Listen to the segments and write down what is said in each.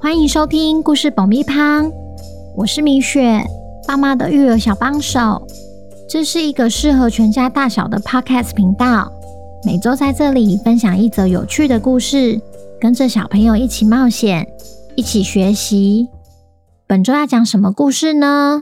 欢迎收听故事爆米花，我是米雪，爸妈的育儿小帮手。这是一个适合全家大小的 Podcast 频道，每周在这里分享一则有趣的故事，跟着小朋友一起冒险，一起学习。本周要讲什么故事呢？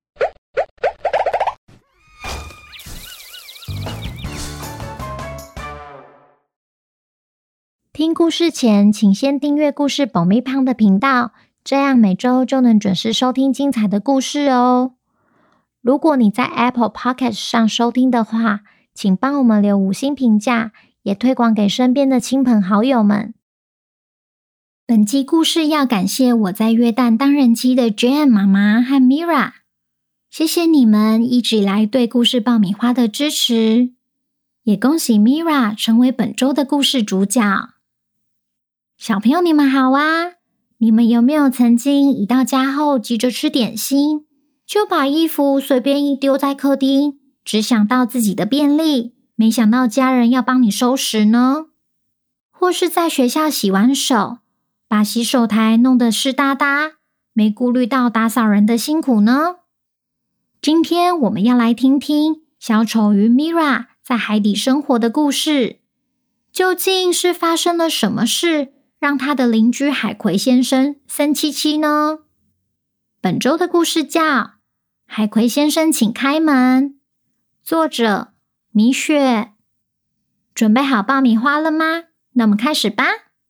听故事前，请先订阅故事爆米花的频道，这样每周就能准时收听精彩的故事哦。如果你在 Apple Podcast 上收听的话，请帮我们留5星评价，也推广给身边的亲朋好友们。本集故事要感谢我在约旦当人妻的 Jane 妈妈和 Mira， 谢谢你们一直以来对故事爆米花的支持，也恭喜 Mira 成为本周的故事主角。小朋友你们好啊！你们有没有曾经一到家后急着吃点心，就把衣服随便一丢在客厅，只想到自己的便利，没想到家人要帮你收拾呢？或是在学校洗完手，把洗手台弄得湿哒哒，没顾虑到打扫人的辛苦呢？今天我们要来听听小丑鱼 Mira 在海底生活的故事，究竟是发生了什么事让他的邻居海葵先生生气气呢？本周的故事叫《海葵先生请开门》，作者米雪。准备好爆米花了吗？那我们开始吧。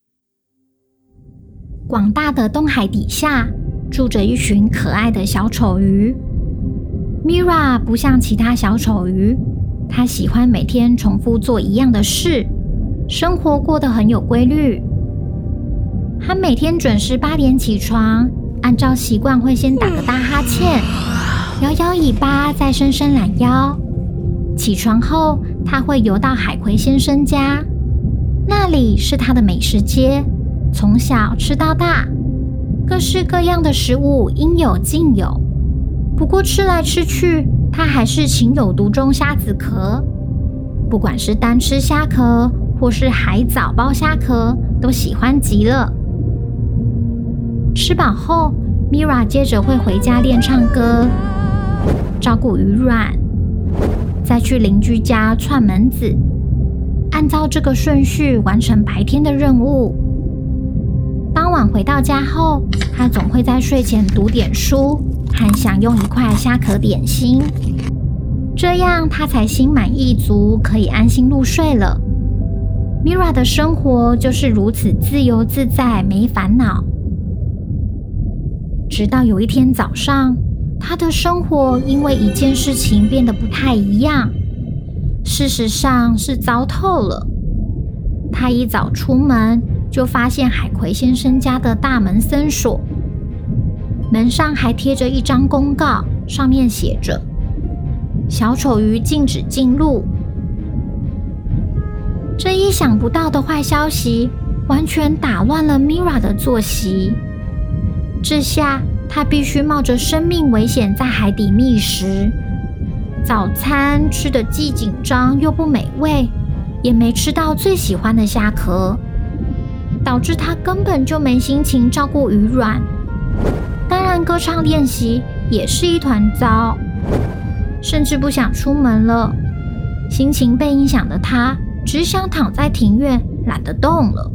广大的东海底下住着一群可爱的小丑鱼。Mira 不像其他小丑鱼，她喜欢每天重复做一样的事，生活过得很有规律。她每天准时8点起床，按照习惯会先打个大哈欠，摇摇尾巴，再伸伸懒腰。起床后，她会游到海葵先生家，那里是她的美食街，从小吃到大，各式各样的食物应有尽有。不过吃来吃去，她还是情有独钟虾子壳。不管是单吃虾壳，或是海藻包虾壳，都喜欢极了。吃饱后 ，Mira 接着会回家练唱歌，照顾鱼卵，再去邻居家串门子，按照这个顺序完成白天的任务。傍晚回到家后，她总会在睡前读点书，和享用一块虾壳点心，这样她才心满意足，可以安心入睡了。Mira 的生活就是如此自由自在，没烦恼。直到有一天早上，她的生活因为一件事情变得不太一样，事实上是糟透了。她一早出门，就发现海葵先生家的大门森锁，门上还贴着一张公告，上面写着小丑鱼禁止进入。这意想不到的坏消息完全打乱了 Mira 的作息，这下她必须冒着生命危险在海底觅食。早餐吃得既紧张又不美味，也没吃到最喜欢的虾壳，导致她根本就没心情照顾鱼卵。当然歌唱练习也是一团糟，甚至不想出门了。心情被影响的她只想躺在庭院，懒得动了。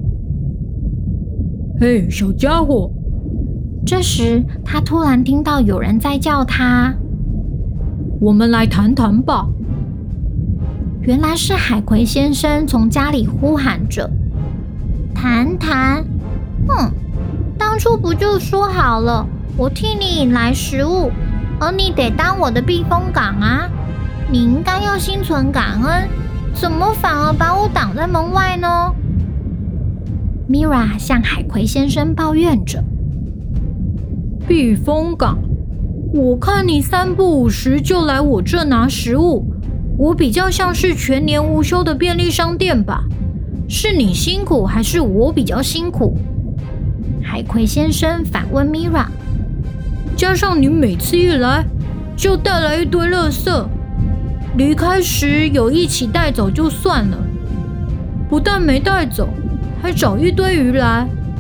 嘿，小家伙！ 这时，他突然听到有人在叫他：“ 我们来谈谈吧。” 原来是海葵先生从家里呼喊着：“谈谈？当初不就说好了，我替你引来食物，而你得当我的避风港啊！你应该要心存感恩，怎么反而把我挡在门外呢？” Mira 向海葵先生抱怨着。 避风港？我看你3不5时就来我这拿食物，我比较像是全年无休的便利商店吧？是你辛苦还是我比较辛苦？ 海葵先生反问 Mira。 加上你每次一来就带来一堆垃圾，离开时有一起带走就算了，不但没带走，还找一堆鱼来，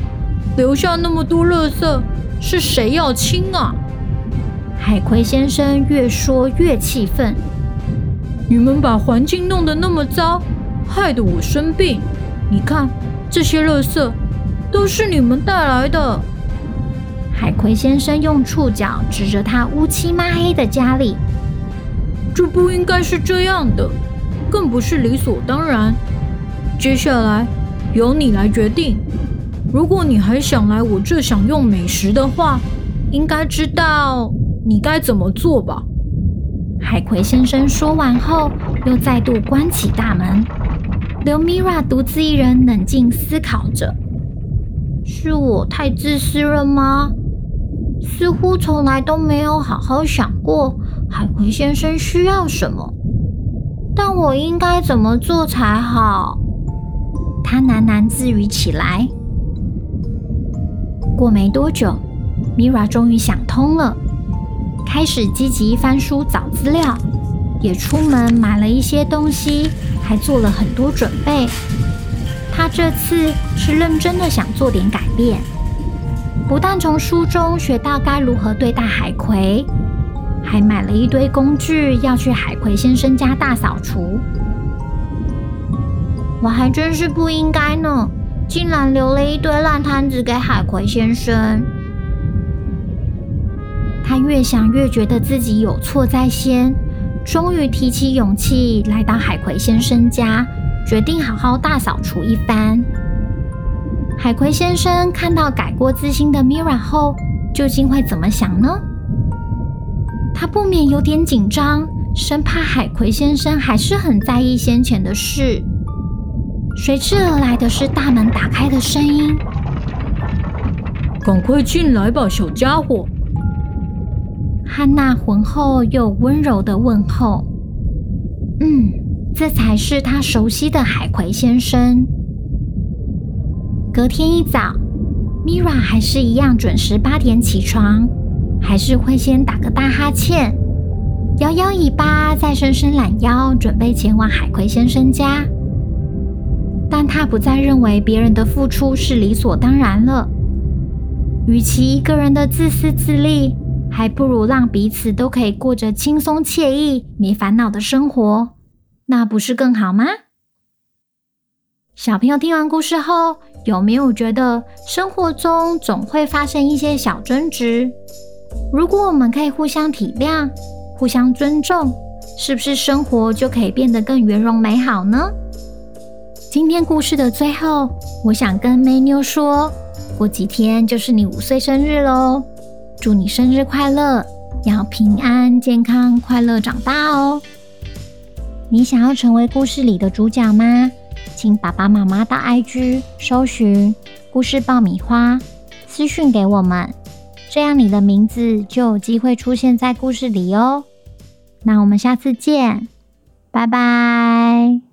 留下那么多垃圾，是谁要清啊？ 海葵先生越说越气愤。 你们把环境弄得那么糟，害得我生病。你看，这些垃圾都是你们带来的。 海葵先生用触角指着他乌漆抹黑的家里。 这不应该是这样的，更不是理所当然。接下来由你来决定。如果你还想来我这享用美食的话，应该知道你该怎么做吧？ 海葵先生说完后，又再度关起大门，留 Mira 独自一人冷静思考着。是我太自私了吗？似乎从来都没有好好想过海葵先生需要什么，但我应该怎么做才好？他喃喃自语起来。过没多久 ，Mira 终于想通了，开始积极翻书找资料，也出门买了一些东西，还做了很多准备。他这次是认真的想做点改变，不但从书中学到该如何对待海葵，还买了一堆工具要去海葵先生家大扫除。我还真是不应该呢，竟然留了一堆烂摊子给海葵先生。他越想越觉得自己有错在先，终于提起勇气来到海葵先生家，决定好好大扫除一番。海葵先生看到改过自新的 Mira 后，究竟会怎么想呢？他不免有点紧张，生怕海葵先生还是很在意先前的事。随之而来的是大门打开的声音。 赶快进来吧，小家伙。 汉娜浑厚又温柔的问候。这才是他熟悉的海葵先生。隔天一早 ，Mira 还是一样准时8点起床，还是会先打个大哈欠，摇摇尾巴，再伸伸懒腰，准备前往海葵先生家。但他不再认为别人的付出是理所当然了。与其一个人的自私自利，还不如让彼此都可以过着轻松惬意、没烦恼的生活，那不是更好吗？小朋友听完故事后，有没有觉得生活中总会发生一些小争执？如果我们可以互相体谅、互相尊重，是不是生活就可以变得更圆融美好呢？今天故事的最后，我想跟美妞说，过几天就是你5岁生日咯，祝你生日快乐，要平安、健康、快乐长大哦。你想要成为故事里的主角吗？请爸爸妈妈到 IG 搜寻故事爆米花，私讯给我们，这样你的名字就有机会出现在故事里哦。那我们下次见，拜拜。